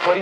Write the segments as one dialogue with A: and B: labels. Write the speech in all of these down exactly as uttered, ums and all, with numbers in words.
A: fuori.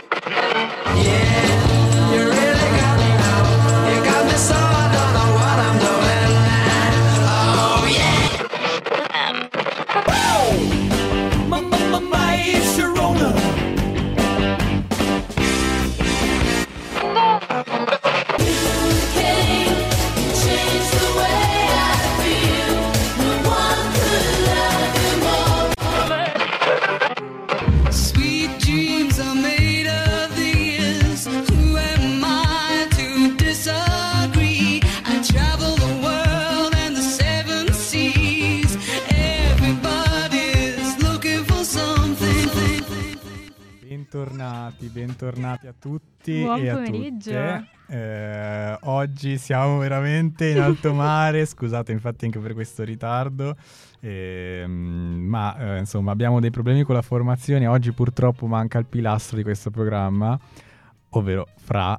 B: Bentornati, bentornati a tutti.
C: Buon
B: e a
C: pomeriggio.
B: tutte. Eh, oggi siamo veramente in alto mare, scusate infatti anche per questo ritardo, eh, ma eh, insomma abbiamo dei problemi con la formazione. Oggi purtroppo manca il pilastro di questo programma, ovvero Fra,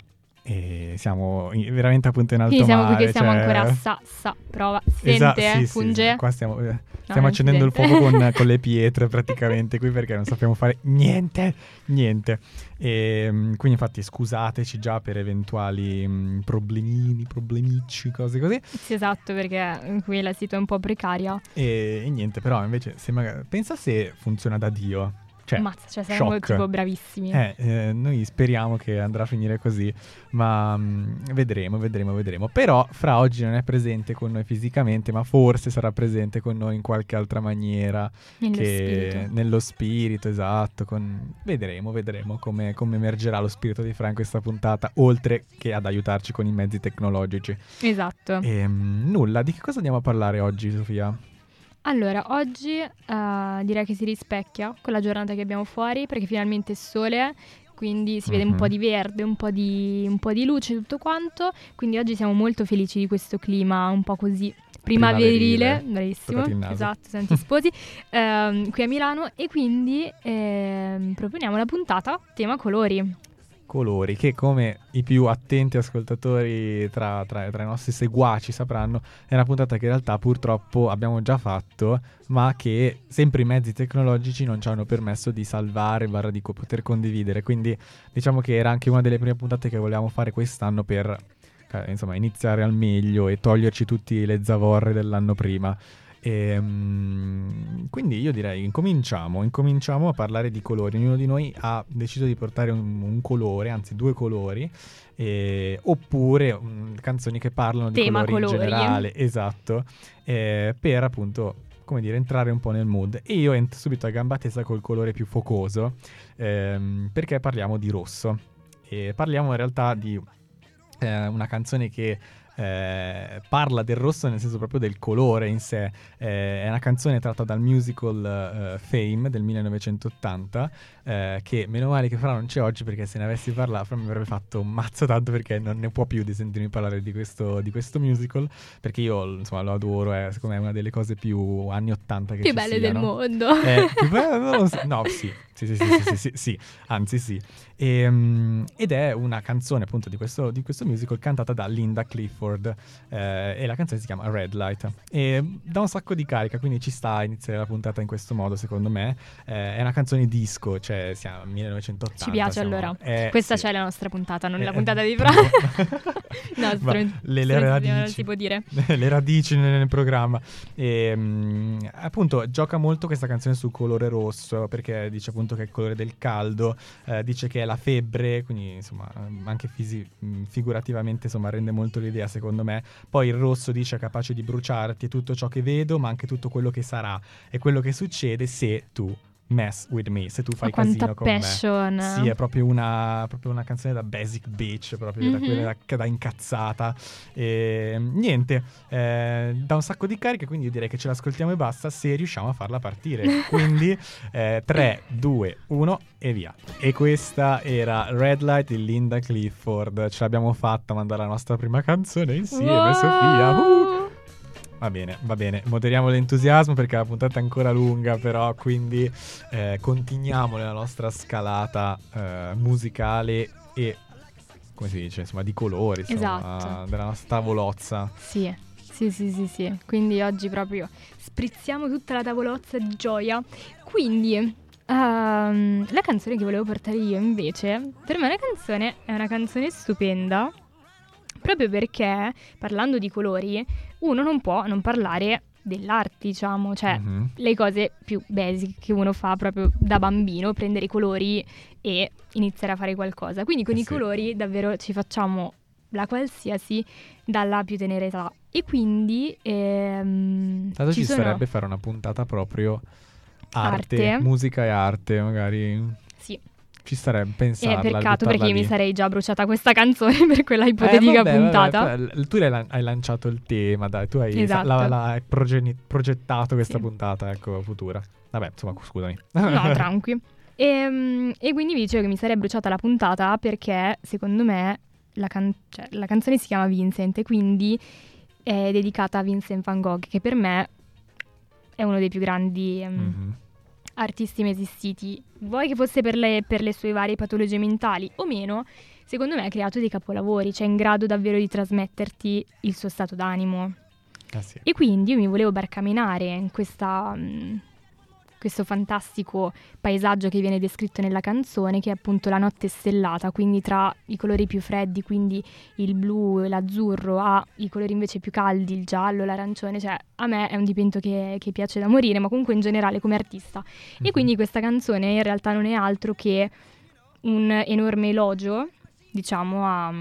B: e siamo in- veramente appunto in alto
C: Quindi siamo
B: mare.
C: qui che siamo
B: cioè-
C: ancora sa, sa, prova, sente,
B: Esatto, sì, sì,
C: funge.
B: sì, qua stiamo, eh,
C: No,
B: stiamo
C: non
B: accendendo il
C: si sente.
B: fuoco con, con le pietre praticamente qui perché non sappiamo fare niente, niente. E, mm, quindi infatti scusateci già per eventuali mm, problemini, problemicci, cose così.
C: Sì, esatto, perché qui la situazione è un po' precaria.
B: E, e niente, però invece se magari, pensa se funziona da Dio. Cioè,
C: Mazza, cioè saremmo
B: shock.
C: tipo bravissimi.
B: Eh, eh, noi speriamo che andrà a finire così, ma mh, vedremo, vedremo, vedremo. Però Fra oggi non è presente con noi fisicamente, ma forse sarà presente con noi in qualche altra maniera.
C: Nello
B: che-
C: spirito.
B: Nello spirito, esatto. Con... Vedremo, vedremo come, come emergerà lo spirito di Fra in questa puntata, oltre che ad aiutarci con i mezzi tecnologici.
C: Esatto.
B: E, mh, nulla, di che cosa andiamo a parlare oggi, Sofia?
C: Allora, oggi eh, direi che si rispecchia con la giornata che abbiamo fuori, perché finalmente è sole, quindi si vede un
B: Mhm.
C: po' di verde, un po' di, un po' di luce, tutto quanto. Quindi oggi siamo molto felici di questo clima un po' così primaverile,
B: Primaverile.
C: bravissimo,
B: Toccati il naso.
C: esatto, senti sposi, ehm, qui a Milano, e quindi ehm, proponiamo la puntata tema colori.
B: Colori, che come i più attenti ascoltatori tra, tra- tra i nostri seguaci sapranno, è una puntata che in realtà purtroppo abbiamo già fatto, ma che sempre i mezzi tecnologici non ci hanno permesso di salvare, barra di co- poter condividere. Quindi diciamo che era anche una delle prime puntate che volevamo fare quest'anno per eh, insomma iniziare al meglio e toglierci tutti le zavorre dell'anno prima. E, mm, quindi io direi incominciamo, incominciamo a parlare di colori. Ognuno di noi ha deciso di portare un, un colore, anzi due colori, eh, oppure mm, canzoni che parlano di
C: Tema
B: colori in
C: colori.
B: generale, esatto, eh, per appunto, come dire, entrare un po' nel mood. E io entro subito a gamba tesa col colore più focoso, ehm, perché parliamo di rosso. E parliamo in realtà di eh, una canzone che eh, parla del rosso nel senso proprio del colore in sé. Eh, è una canzone tratta dal musical eh, Fame del millenovecentottanta, eh, che meno male che Fra non c'è oggi, perché se ne avessi parlato Fra mi avrebbe fatto un mazzo tanto, perché non ne può più di sentirmi parlare di questo, di questo musical, perché io insomma lo adoro, è secondo me una delle cose più anni ottanta che
C: Più
B: ci
C: belle del
B: siano.
C: mondo.
B: Eh, più bello, non lo so. No, sì, sì, sì, sì, sì, sì, sì, sì, anzi sì. Ehm, ed è una canzone appunto di questo, di questo musical cantata da Linda Clifford, eh, e la canzone si chiama Red Light e dà un sacco di carica, quindi ci sta a iniziare la puntata in questo modo, secondo me. Eh, è una canzone disco, cioè siamo nel millenovecentottanta.
C: Ci piace,
B: siamo-
C: allora.
B: eh,
C: Questa
B: sì.
C: c'è la nostra puntata, non
B: Eh,
C: la puntata di
B: eh,
C: Fra.
B: no.
C: No,
B: Ma
C: stron-
B: le, le
C: stronzissima,
B: radici
C: non si può dire.
B: le radici nel, nel programma. E, mm, appunto gioca molto questa canzone sul colore rosso, perché dice appunto che è il colore del caldo, eh, dice che è la febbre, quindi insomma anche fisi- mh, figurativamente insomma rende molto l'idea, secondo me. Poi il rosso dice è capace di bruciarti tutto ciò che vedo, ma anche tutto quello che sarà e quello che succede se tu mess with me, se tu fai
C: Ma quanta
B: casino con me.
C: passion.
B: Sì, è proprio una, proprio una canzone da basic bitch, proprio da
C: Mhm.
B: quella da, da incazzata. E, niente, eh, dà un sacco di carica, quindi io direi che ce l'ascoltiamo e basta, se riusciamo a farla partire. Quindi eh, tre, due, uno e via. E questa era Red Light di Linda Clifford. Ce l'abbiamo fatta a mandare la nostra prima canzone insieme,
C: Wow.
B: Sofia. Uh! Va bene, va bene, moderiamo l'entusiasmo perché la puntata è ancora lunga, però quindi eh, continuiamo nella nostra scalata eh, musicale e, come si dice, insomma, di colori, insomma,
C: Esatto.
B: della nostra tavolozza.
C: Sì, sì, sì, sì, sì. Quindi oggi proprio sprizziamo tutta la tavolozza di gioia. Quindi, Um, la canzone che volevo portare io invece, per me la canzone è una canzone stupenda, proprio perché parlando di colori uno non può non parlare dell'arte, diciamo, cioè
B: Mhm.
C: le cose più basic che uno fa proprio da bambino, prendere i colori e iniziare a fare qualcosa. Quindi con
B: Eh
C: i
B: sì.
C: colori davvero ci facciamo la qualsiasi dalla più tenera età. E quindi ehm,
B: Tanto
C: ci
B: ci
C: sono
B: sarebbe fare una puntata proprio arte,
C: arte,
B: musica e arte, magari
C: sì.
B: ci starebbe
C: È
B: pensarla,
C: peccato
B: buttarla
C: perché io mi
B: lì.
C: sarei già bruciata questa canzone per quella
B: Eh,
C: ipotetica
B: vabbè,
C: puntata.
B: vabbè, poi l- tu l'hai lan- hai lanciato il tema, dai, tu hai, sa- la-
C: Esatto.
B: la- hai progeni- progettato questa
C: Sì.
B: puntata, ecco, futura. Vabbè, insomma, scusami.
C: No, tranqui. E, e quindi vi dicevo che mi sarei bruciata la puntata perché secondo me la, can- cioè, la canzone si chiama Vincent e quindi è dedicata a Vincent van Gogh, che per me è uno dei più grandi um,
B: Mhm.
C: artisti mai esistiti. Vuoi che fosse per le, per le sue varie patologie mentali o meno, secondo me ha creato dei capolavori, cioè in grado davvero di trasmetterti il suo stato d'animo.
B: Ah, sì.
C: E quindi io mi volevo barcamenare in questa, mh, questo fantastico paesaggio che viene descritto nella canzone, che è appunto la notte stellata, quindi tra i colori più freddi, quindi il blu e l'azzurro, a i colori invece più caldi, il giallo, l'arancione. Cioè a me è un dipinto che, che piace da morire, ma comunque in generale come artista. E
B: Mhm.
C: quindi questa canzone in realtà non è altro che un enorme elogio, diciamo, a,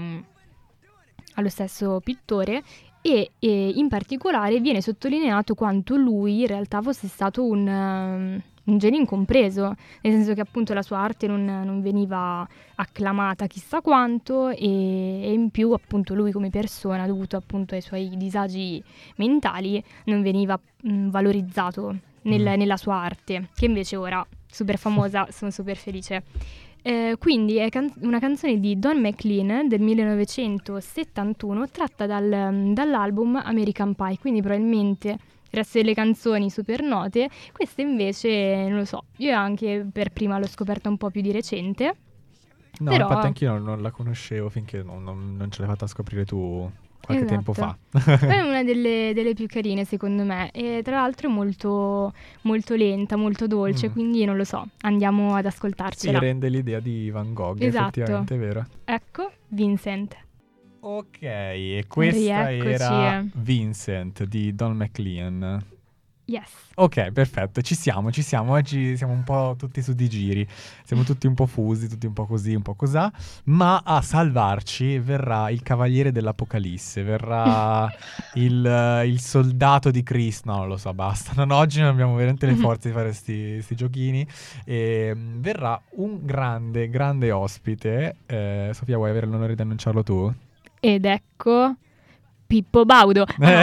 C: allo stesso pittore. E, e in particolare viene sottolineato quanto lui in realtà fosse stato un, um, un genio incompreso, nel senso che appunto la sua arte non, non veniva acclamata chissà quanto e, e in più appunto lui come persona, dovuto appunto ai suoi disagi mentali, non veniva mh, valorizzato nel-
B: Mm.
C: nella sua arte, che invece ora super famosa, sono super felice. Eh, quindi è can- una canzone di Don McLean del millenovecentosettantuno tratta dal, um, dall'album American Pie, quindi probabilmente il resto delle canzoni super note, questa invece non lo so, io anche per prima l'ho scoperta un po' più di recente,
B: No,
C: però
B: infatti anch'io non, non la conoscevo finché non, non- non ce l'hai fatta scoprire tu qualche tempo fa.
C: esatto. È una delle, delle più carine secondo me e tra l'altro è molto, molto lenta, molto dolce,
B: Mm.
C: quindi non lo so, andiamo ad
B: Sì,
C: ascoltarcela.
B: rende l'idea di Van Gogh,
C: Esatto.
B: effettivamente, è vero.
C: Ecco, Vincent.
B: Ok, e questa
C: Rieccoci.
B: era Vincent di Don McLean.
C: Yes.
B: Ok, perfetto, ci siamo, ci siamo. Oggi siamo un po' tutti su di giri, siamo tutti un po' fusi, tutti un po' così, un po' cosà. Ma a salvarci verrà il cavaliere dell'Apocalisse, verrà il, eh, il soldato di Cristo. No, non lo so, basta. Non, oggi non abbiamo veramente le forze di fare questi giochini. E mm, verrà un grande, grande ospite. Eh, Sofia, vuoi avere l'onore di annunciarlo tu?
C: Ed ecco Pippo Baudo. Ah
B: Eh.
C: no?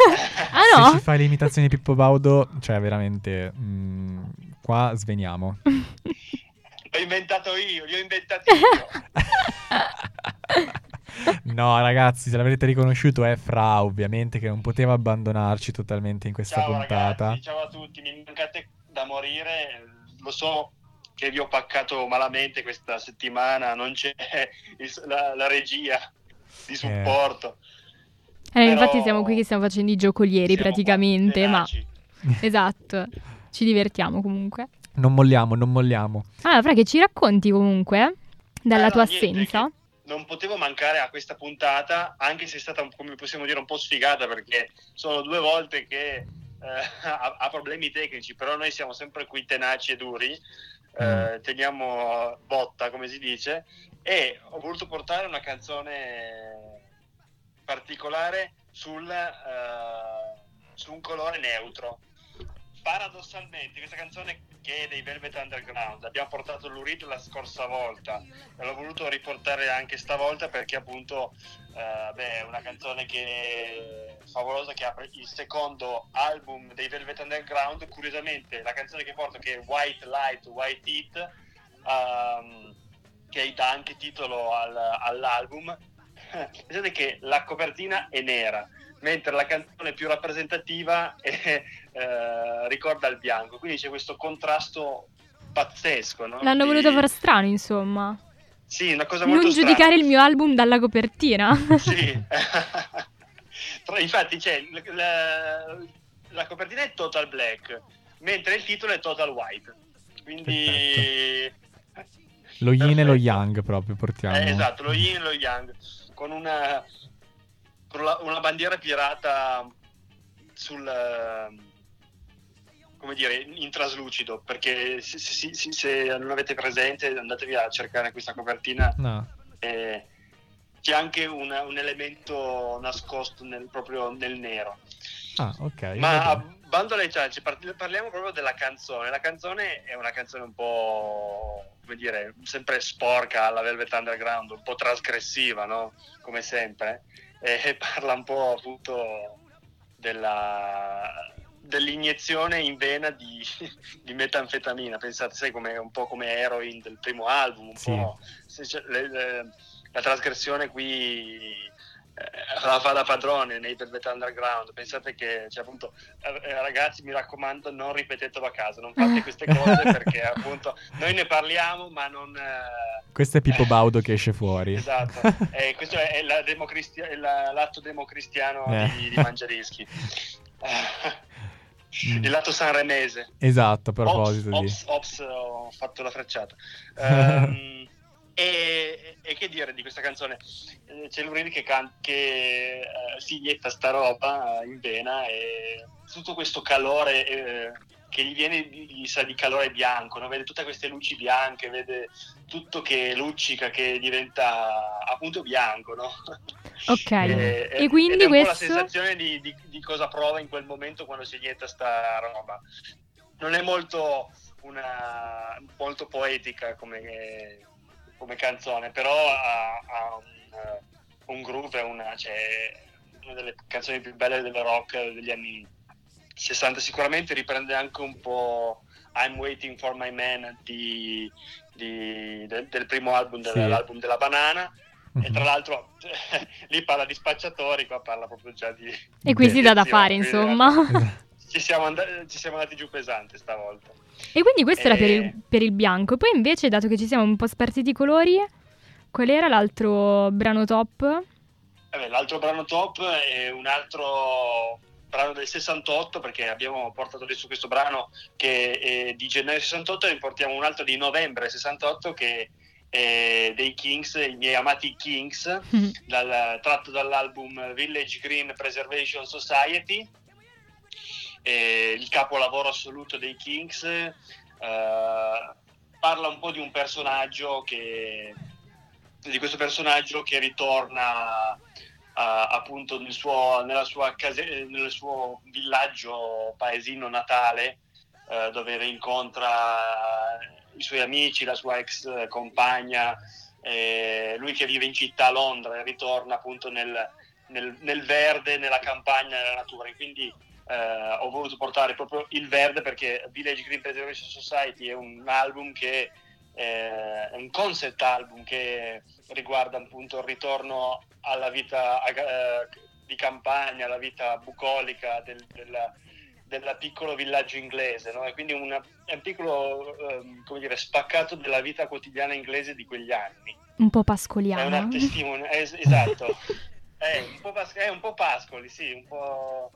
C: Ah no?
B: Se ci fai le imitazioni di Pippo Baudo, cioè veramente, mm, qua sveniamo.
A: L'ho inventato io, li ho inventati io.
B: No, ragazzi, se l'avrete riconosciuto è Fra, ovviamente, che non poteva abbandonarci totalmente in questa
A: Ciao
B: puntata.
A: ragazzi, ciao a tutti, mi mancate da morire, lo so che vi ho paccato malamente questa settimana, non c'è il- la, la regia di supporto.
C: Eh,
A: Però
C: infatti siamo qui che stiamo facendo i giocolieri
A: siamo
C: praticamente, ma
A: tenaci.
C: esatto, ci divertiamo comunque.
B: Non molliamo, non molliamo.
C: Allora, Fra, che ci racconti comunque dalla
A: Eh, no,
C: tua
A: niente,
C: assenza?
A: che non potevo mancare a questa puntata, anche se è stata, come possiamo dire, un po' sfigata, perché sono due volte che eh, ha, ha problemi tecnici, però noi siamo sempre qui tenaci e duri, eh, teniamo botta, come si dice, e ho voluto portare una canzone particolare sul, eh, su un colore neutro. Paradossalmente questa canzone, che è dei Velvet Underground, abbiamo portato l'Urid la scorsa volta e l'ho voluto riportare anche stavolta perché appunto eh, beh, è una canzone che è favolosa, che apre il secondo album dei Velvet Underground. Curiosamente la canzone che porto, che è White Light, White Heat, um, che dà anche titolo al, all'album, pensate che la copertina è nera, mentre la canzone più rappresentativa è, eh, ricorda il bianco, quindi c'è questo contrasto pazzesco, no?
C: L'hanno
A: Di-
C: voluto far strano, insomma.
A: Sì, una cosa molto
C: Non
A: strana.
C: giudicare il mio album dalla copertina.
A: Sì. Tra- infatti c'è la, la, la copertina è Total Black, mentre il titolo è Total White. quindi
B: lo yin e lo
A: perfetto.
B: yang proprio portiamo.
A: Eh, esatto, lo yin e lo yang, con una, con la- una bandiera pirata sul, eh, come dire, in traslucido, perché se, se- se- se non avete presente andatevi a cercare questa copertina,
B: No.
A: eh, c'è anche una- un elemento nascosto nel, proprio nel nero.
B: Ah, ok.
A: Ma
B: va bene.
A: bando alle ciance, par- parliamo proprio della canzone. La canzone è una canzone un po', come dire, sempre sporca alla Velvet Underground, un po' trasgressiva, no? Come sempre. E parla un po' appunto della, dell'iniezione in vena di, di metanfetamina. Pensate, sai, come, un po' come Heroin del primo album, un
B: Sì.
A: po'... se c'è- le- le- la trasgressione qui... eh, la fa da padrone nei Velvet Underground. Pensate che, cioè, appunto, eh, ragazzi, mi raccomando, non ripetetelo a casa, non fate queste cose perché appunto noi ne parliamo ma non eh,
B: Questo è Pippo Baudo che esce fuori.
A: esatto. Eh, questo è, è la democristia- è la- l'atto democristiano
B: Eh.
A: di, di Mangiadischi.
B: Mm.
A: Il lato sanremese.
B: Esatto, a proposito
A: Ops,
B: di...
A: ops, ops, ho fatto la frecciata. Ehm, e, e che dire di questa canzone? Eh, C'è Lurini che, can- che eh, si inietta sta roba in vena e tutto questo calore eh, che gli viene, gli sa di calore bianco, no? Vede tutte queste luci bianche, vede tutto che luccica, che diventa appunto bianco, no?
C: Ok.
A: E,
C: E quindi
A: ed è un po' la
C: questo-
A: sensazione di, di- di cosa prova in quel momento quando si inietta sta roba. Non è molto una molto poetica come, come canzone, però ha, ha un, un groove, è una, cioè, una delle canzoni più belle del rock degli anni sessanta. Sicuramente riprende anche un po' I'm Waiting for My Man di, di- del, del primo album,
B: Sì.
A: dell'album della banana. E tra
B: Mhm.
A: l'altro lì parla di spacciatori, qua parla proprio già di...
C: E qui
B: Beh.
C: si dà da fare,
A: Quindi,
C: insomma.
B: Esatto.
A: Ci siamo, and- ci siamo andati giù pesante stavolta.
C: E quindi questo era per il,
A: Eh.
C: per il bianco. E poi invece, dato che ci siamo un po' spartiti i colori, qual era l'altro brano top?
A: Vabbè, l'altro brano top è un altro brano del sessantotto, perché abbiamo portato adesso questo brano che è di gennaio sessantotto e ne portiamo un altro di novembre sessantotto che è dei Kings, i miei amati Kings, dal- tratto dall'album Village Green Preservation Society, eh, il capolavoro assoluto dei Kings. Eh, parla un po' di un personaggio che di questo personaggio che ritorna Uh, appunto nel suo, nella sua case, nel suo villaggio paesino natale, uh, dove rincontra i suoi amici, la sua ex compagna, eh, lui che vive in città a Londra e ritorna appunto nel, nel, nel verde, nella campagna, nella natura. E quindi uh, ho voluto portare proprio il verde, perché Village Green Preservation Society è un album che eh, è un concept album che riguarda appunto il ritorno alla vita eh, di campagna, alla vita bucolica del, della, del piccolo villaggio inglese, no? E quindi una, è un piccolo eh, come dire, spaccato della vita quotidiana inglese di quegli anni.
C: Un po'
A: È
C: pascoliano.
A: una testimone, es- esatto, è un po' pas- è un po' Pascoli, sì, un po'.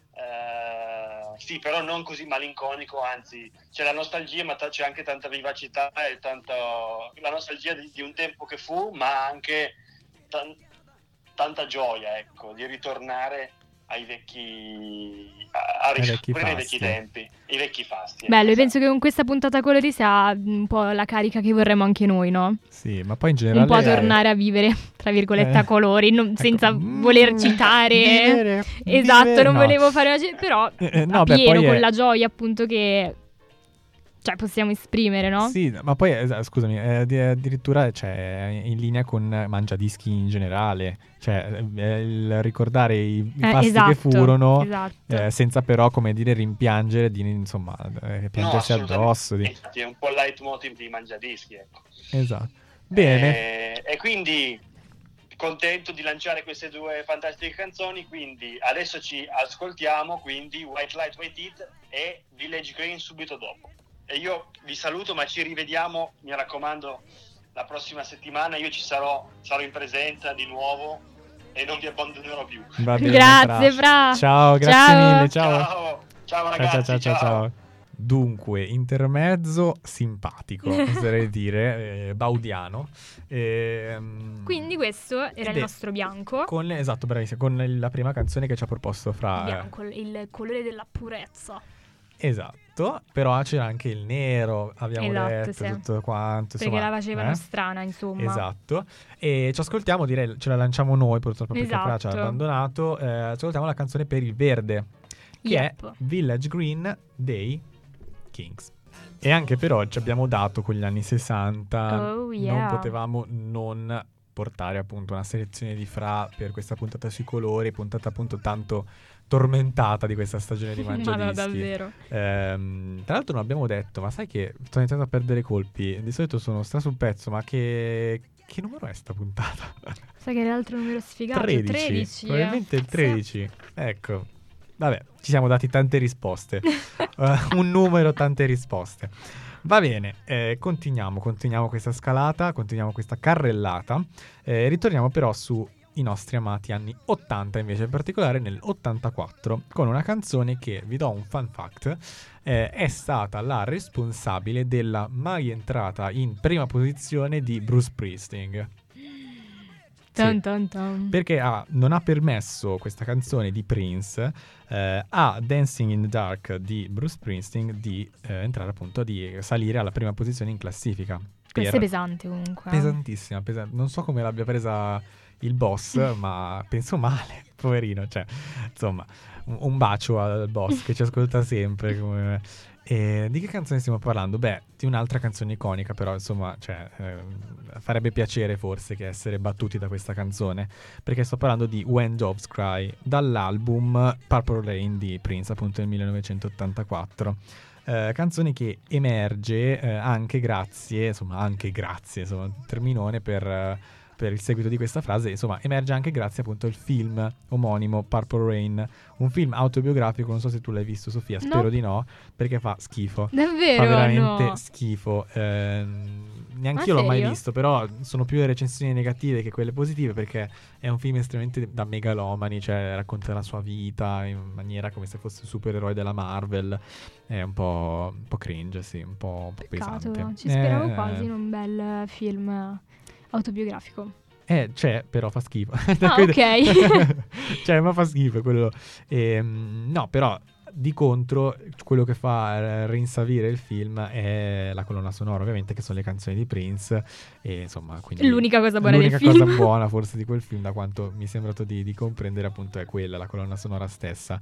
A: Uh, sì, però non così malinconico, anzi c'è la nostalgia, ma t- c'è anche tanta vivacità e tanto la nostalgia di, di un tempo che fu, ma anche tan- tanta gioia, ecco, di ritornare ai vecchi a, a
B: Ai vecchi
A: riscoprire i
B: fasti.
A: vecchi tempi, i vecchi fasti.
C: Bello, io
A: ecco,
C: penso che con questa puntata colori sia un po' la carica che vorremmo anche noi, no?
B: Sì, ma poi in generale...
C: Un po' a tornare a vivere, tra virgolette,
B: Eh.
C: a colori, non-
B: Ecco.
C: senza
B: Mm,
C: voler citare.
B: vivere,
C: Esatto,
B: vivere,
C: non
B: no.
C: volevo fare una... ci- però
B: Eh, eh,
C: a
B: no, beh,
C: pieno,
B: poi
C: con
B: è-
C: la gioia appunto che... Cioè, possiamo esprimere, no?
B: Sì, ma poi, eh, scusami, eh, addi- addirittura cioè, in linea con Mangiadischi in generale, cioè eh, il ricordare i, i
C: Eh,
B: fasti
C: esatto,
B: che furono,
C: esatto.
B: eh, senza però, come dire, rimpiangere, di, insomma, eh,
A: no,
B: piangersi
A: assolutamente.
B: addosso. Di...
A: Infatti è un po' il leitmotiv di Mangiadischi, ecco.
B: Esatto. Bene.
A: Eh, e quindi contento di lanciare queste due fantastiche canzoni, quindi adesso ci ascoltiamo quindi White Light White Heat e Village Green subito dopo. E io vi saluto, ma ci rivediamo, mi raccomando, la prossima settimana. Io ci sarò, sarò in presenza di nuovo e non vi abbandonerò più.
B: Va bene,
C: Grazie,
B: Fra.
C: Fra.
B: Ciao, grazie
C: Ciao.
B: mille, ciao.
A: Ciao, ciao
B: Ciao,
A: ragazzi,
B: ciao, ciao, ciao, ciao. Dunque, intermezzo simpatico, oserei dire, eh, baudiano. Ehm,
C: Quindi questo era
B: ed
C: il
B: è
C: nostro bianco.
B: Con, esatto, bravissima, con il- la prima canzone che ci ha proposto fra...
C: Il bianco, il colore della purezza.
B: Esatto, però c'era anche il nero, abbiamo
C: Esatto,
B: detto,
C: sì.
B: tutto quanto.
C: Perché
B: insomma,
C: la facevano
B: eh?
C: strana, insomma.
B: Esatto, e ci ascoltiamo, direi, ce la lanciamo noi purtroppo perché Fra ci ha
C: Esatto.
B: abbandonato, eh, ci ascoltiamo la canzone per il verde, che
C: Yep.
B: è Village Green dei Kings. E anche per oggi abbiamo dato con gli anni sessanta,
C: Oh, yeah.
B: non potevamo non portare appunto una selezione di Fra per questa puntata sui colori, puntata appunto tanto tormentata di questa stagione di
C: Ma no,
B: Mangiadischi.
C: davvero.
B: Ehm, tra l'altro non abbiamo detto, ma sai che sto iniziando a perdere colpi, di solito sono stra sul pezzo, ma che, che numero è sta puntata?
C: Sai che era l'altro numero sfigato?
B: tredici,
C: tredici,
B: probabilmente
C: eh.
B: il tredici, ecco. Vabbè, ci siamo dati tante risposte. Uh, un numero, tante risposte. Va bene, eh, continuiamo, continuiamo questa scalata, continuiamo questa carrellata. Eh, ritorniamo però sui nostri amati anni ottanta, invece, in particolare nel ottantaquattro, con una canzone che, vi do un fun fact, eh, è stata la responsabile della mai entrata in prima posizione di Bruce Springsteen.
C: Tan
B: Sì.
C: tan tan.
B: Perché ha- non ha permesso questa canzone di Prince eh, a Dancing in the Dark di Bruce Springsteen di eh, entrare appunto, di salire alla prima posizione in classifica.
C: Questa
B: Per-
C: è pesante comunque. eh.
B: pesantissima, pesa- non so come l'abbia presa il boss, ma penso male, poverino, cioè, insomma, un, un bacio al boss che ci ascolta sempre. come- E di che canzone stiamo parlando? Beh, di un'altra canzone iconica, però insomma, cioè, ehm, farebbe piacere forse che essere battuti da questa canzone, perché sto parlando di When Doves Cry, dall'album Purple Rain di Prince, appunto del millenovecentottantaquattro. Eh, canzone che emerge eh, anche grazie, insomma, anche grazie, insomma, terminone per, eh, per il seguito di questa frase, insomma, emerge anche grazie appunto al film omonimo Purple Rain, un film autobiografico, non so se tu l'hai visto, Sofia, spero
C: No.
B: di no, perché fa schifo.
C: Davvero?
B: Fa veramente
C: no.
B: schifo. Ehm, neanche
C: Ma
B: io l'ho mai
C: serio?
B: visto, però sono più le recensioni negative che quelle positive, perché è un film estremamente da megalomani, cioè racconta la sua vita in maniera come se fosse un supereroe della Marvel. È un po', un po' cringe, sì, un po', un po'
C: Peccato,
B: pesante.
C: ci speravo
B: Eh,
C: quasi in un bel film autobiografico.
B: Eh, c'è, però fa schifo.
C: Ah, ok.
B: Cioè, ma fa schifo quello. Ehm, no, però di contro quello che fa eh, rinsavire il film è la colonna sonora, ovviamente, che sono le canzoni di Prince, e insomma, quindi
C: L'unica cosa buona
B: l'unica
C: del
B: cosa
C: film.
B: buona forse di quel film, da quanto mi è sembrato di, di comprendere, appunto, è quella, la colonna sonora stessa.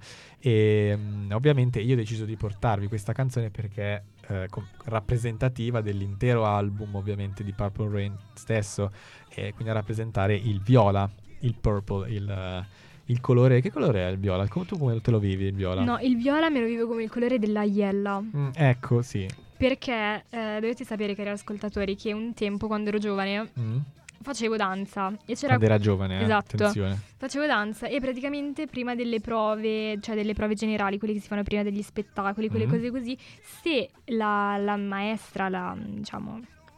B: E mm, ovviamente io ho deciso di portarvi questa canzone perché eh, com- rappresentativa dell'intero album, ovviamente, di Purple Rain stesso, e quindi a rappresentare il viola, il purple, il, eh, il colore. Che colore è il viola? Come, tu come te lo vivi il viola?
C: No, il viola me lo vivo come il colore dell'aiella.
B: Mm, ecco, sì.
C: Perché eh, dovete sapere, cari ascoltatori, che un tempo, quando ero giovane,
B: Mm.
C: facevo danza. E c'era
B: Quando era giovane, eh?
C: Esatto.
B: Attenzione.
C: Facevo danza e praticamente prima delle prove, cioè delle prove generali, quelle che si fanno prima degli spettacoli, quelle
B: Mhm.
C: cose così, se la, la maestra, la, diciamo,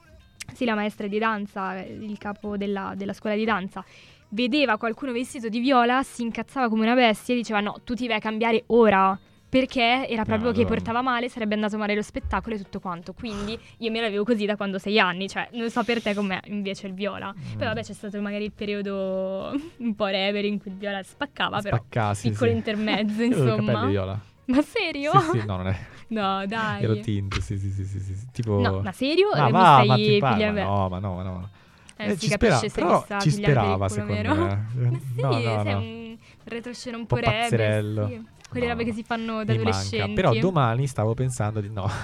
C: sì, la maestra di danza, il capo della, della scuola di danza, vedeva qualcuno vestito di viola, si incazzava come una bestia e diceva no, tu ti vai a cambiare ora. Perché era proprio
B: No,
C: che
B: no.
C: portava male, sarebbe andato male lo spettacolo e tutto quanto. Quindi io me l'avevo così da quando ho sei anni, cioè non so per te com'è invece il viola.
B: Mm.
C: Poi vabbè c'è stato magari il periodo un po' reverie in cui il viola spaccava, però
B: Spaccassi,
C: piccolo
B: sì.
C: intermezzo,
B: Io avevo i
C: insomma.
B: capelli viola.
C: Ma serio?
B: Sì, sì, no, non è.
C: No, dai.
B: Ero tinto, sì, sì, sì, sì, sì, sì. Tipo...
C: No, ma serio?
B: Ma
C: Mi
B: va,
C: stai
B: ma ti pare?
C: pigliando-
B: Ma no, ma no, ma no.
C: Eh,
B: Eh,
C: si
B: ci
C: capisce
B: spera-
C: se
B: però
C: mi sta
B: ci
C: pigliando per il
B: sperava,
C: culo,
B: secondo
C: vero?
B: me.
C: Ma sì,
B: No, no,
C: sei
B: no.
C: un retroscena un
B: Un
C: po'
B: po'
C: rebel,
B: pazzerello.
C: sì. Quelle
B: No,
C: robe che si fanno da
B: mi manca.
C: adolescenti.
B: Però domani stavo pensando di no,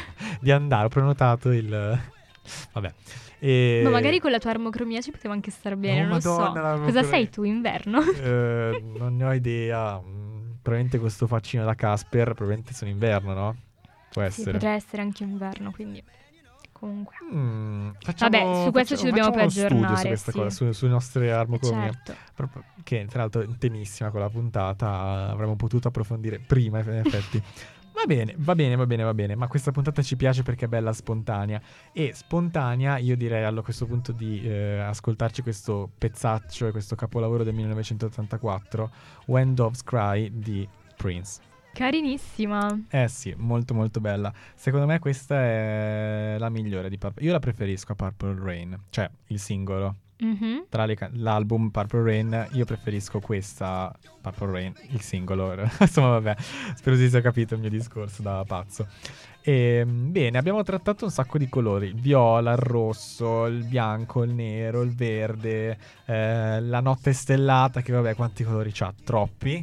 B: di andare, ho prenotato il... Vabbè. E...
C: Ma magari con la tua armocromia ci poteva anche star bene,
B: Oh,
C: non lo so.
B: Madonna, l'armocromia.
C: Cosa sei tu, inverno?
B: Eh, non ne ho idea. Mm, probabilmente questo faccino da Casper, probabilmente sono inverno, no? Può
C: Sì,
B: essere.
C: potrebbe essere anche inverno, quindi comunque.
B: Mm, facciamo,
C: Vabbè, su questo ci
B: facciamo-
C: dobbiamo poi
B: facciamo uno studio su
C: aggiornare,
B: questa
C: sì.
B: cosa, su- sulle nostre armocromie.
C: Certo.
B: Proprio- che tra l'altro è temissima con la puntata, avremmo potuto approfondire prima, in effetti. Va bene, va bene, va bene, va bene, ma questa puntata ci piace perché è bella spontanea. E spontanea io direi a questo punto di eh, ascoltarci questo pezzaccio e questo capolavoro del millenovecentottantaquattro, When Doves Cry di Prince.
C: Carinissima.
B: Eh sì, molto molto bella. Secondo me questa è la migliore di Purple. Io la preferisco a Purple Rain, cioè il singolo.
C: Mhm.
B: Tra le ca- l'album Purple Rain io preferisco questa Purple Rain, il singolo. Insomma vabbè, spero si sia capito il mio discorso da pazzo. E, bene, abbiamo trattato un sacco di colori: il viola, il rosso, il bianco, il nero, il verde, eh, la notte stellata, che vabbè, quanti colori c'ha? Troppi.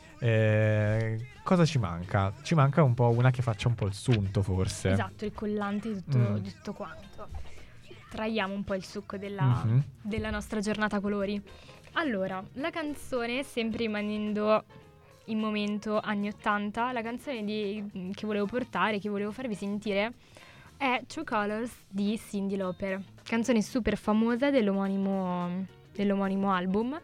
B: Eh, cosa ci manca? Ci manca un po' una che faccia un po' il sunto, forse.
C: Esatto, il collante di tutto,
B: Mm.
C: di tutto quanto. Traiamo un po' il succo della,
B: Mhm.
C: della nostra giornata colori. Allora, la canzone, sempre rimanendo in momento anni ottanta, la canzone di- che volevo portare, che volevo farvi sentire, è True Colors di Cyndi Lauper, canzone super famosa dell'omonimo, dell'omonimo album,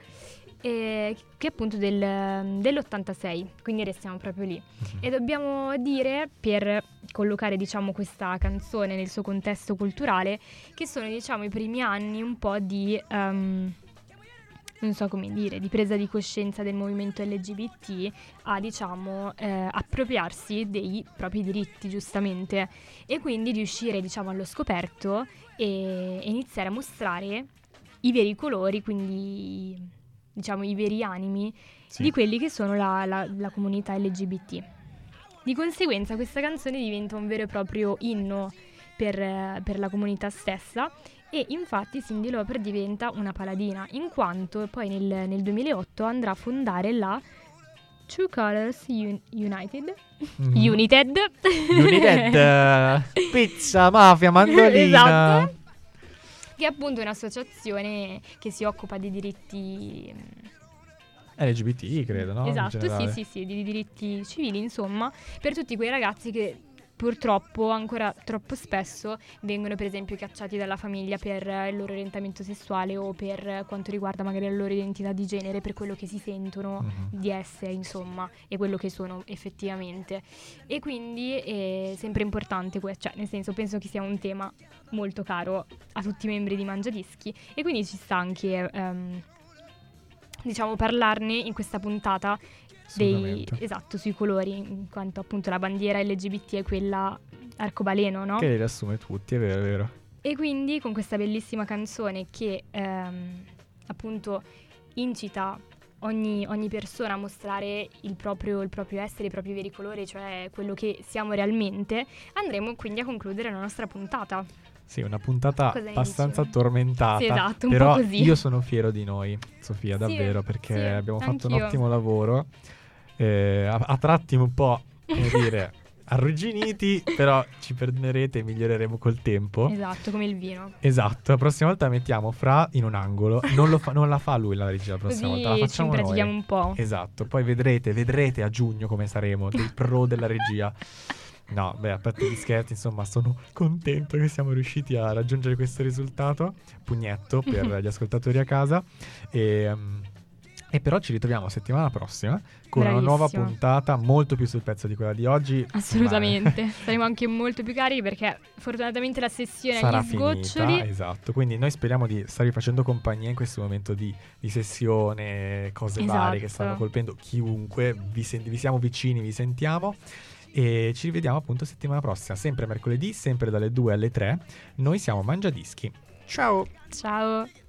C: e che è appunto del- dell'ottantasei, quindi restiamo proprio lì. E dobbiamo dire, per collocare diciamo questa canzone nel suo contesto culturale, che sono diciamo i primi anni un po' di ehm, non so come dire, di presa di coscienza del movimento L G B T a diciamo eh, appropriarsi dei propri diritti, giustamente, e quindi di uscire diciamo allo scoperto e, e iniziare a mostrare i veri colori, quindi diciamo i veri animi
B: Sì.
C: di quelli che sono la, la- la comunità L G B T. Di conseguenza questa canzone diventa un vero e proprio inno per, eh, per la comunità stessa, e infatti Cyndi Lauper diventa una paladina, in quanto poi nel, nel duemilaotto andrà a fondare la True Colors Un- United
B: Mhm.
C: United
B: United, eh, pizza, mafia, mandolina.
C: Esatto. Che è appunto un'associazione che si occupa di diritti
B: L G B T, credo, no? In
C: esatto, sì,
B: generale.
C: sì, sì, di diritti civili, insomma, per tutti quei ragazzi che purtroppo ancora troppo spesso vengono per esempio cacciati dalla famiglia per il loro orientamento sessuale o per quanto riguarda magari la loro identità di genere, per quello che si sentono
B: Mhm.
C: di essere, insomma, e quello che sono effettivamente. E quindi è sempre importante, que- cioè nel senso penso che sia un tema molto caro a tutti i membri di Mangiadischi, e quindi ci sta anche ehm, diciamo parlarne in questa puntata dei,
B: Assolutamente.
C: esatto, sui colori, in quanto appunto la bandiera L G B T è quella arcobaleno, no?
B: Che li riassume tutti, è vero, è vero.
C: E quindi con questa bellissima canzone che ehm, appunto incita ogni, ogni persona a mostrare il proprio, il proprio essere, i propri veri colori, cioè quello che siamo realmente, andremo quindi a concludere la nostra puntata.
B: Sì, una puntata
C: Cosa ne
B: abbastanza
C: dici?
B: tormentata.
C: Sì, esatto, un
B: però
C: po' così.
B: io sono fiero di noi, Sofia,
C: Sì,
B: davvero, perché
C: sì,
B: abbiamo fatto un
C: anch'io.
B: ottimo lavoro. Eh, a, a tratti un po', come dire, arrugginiti, però ci perdonerete e miglioreremo col tempo.
C: Esatto, come il vino.
B: Esatto, la prossima volta mettiamo Fra in un angolo. Non, lo fa- non la fa lui la regia la prossima
C: Così
B: volta, la
C: ci
B: facciamo noi.
C: impratichiamo un po'.
B: Esatto, poi vedrete, vedrete a giugno come saremo, dei pro della regia. No, beh, a parte gli scherzi, insomma, sono contento che siamo riusciti a raggiungere questo risultato. Pugnetto per gli ascoltatori a casa. E, um, e però ci ritroviamo settimana prossima con una nuova
C: Bravissimo.
B: puntata molto più sul pezzo di quella di oggi.
C: Assolutamente.
B: Ma-
C: Saremo anche molto più carichi perché fortunatamente la sessione
B: sarà
C: agli sgoccioli.
B: finita, esatto. Quindi noi speriamo di starvi facendo compagnia in questo momento di, di sessione, cose varie che
C: Esatto.
B: stanno colpendo chiunque. Vi, sen- vi siamo vicini, vi sentiamo. E ci rivediamo appunto settimana prossima, sempre mercoledì, sempre dalle due alle tre. Noi siamo Mangiadischi. Ciao!
C: Ciao.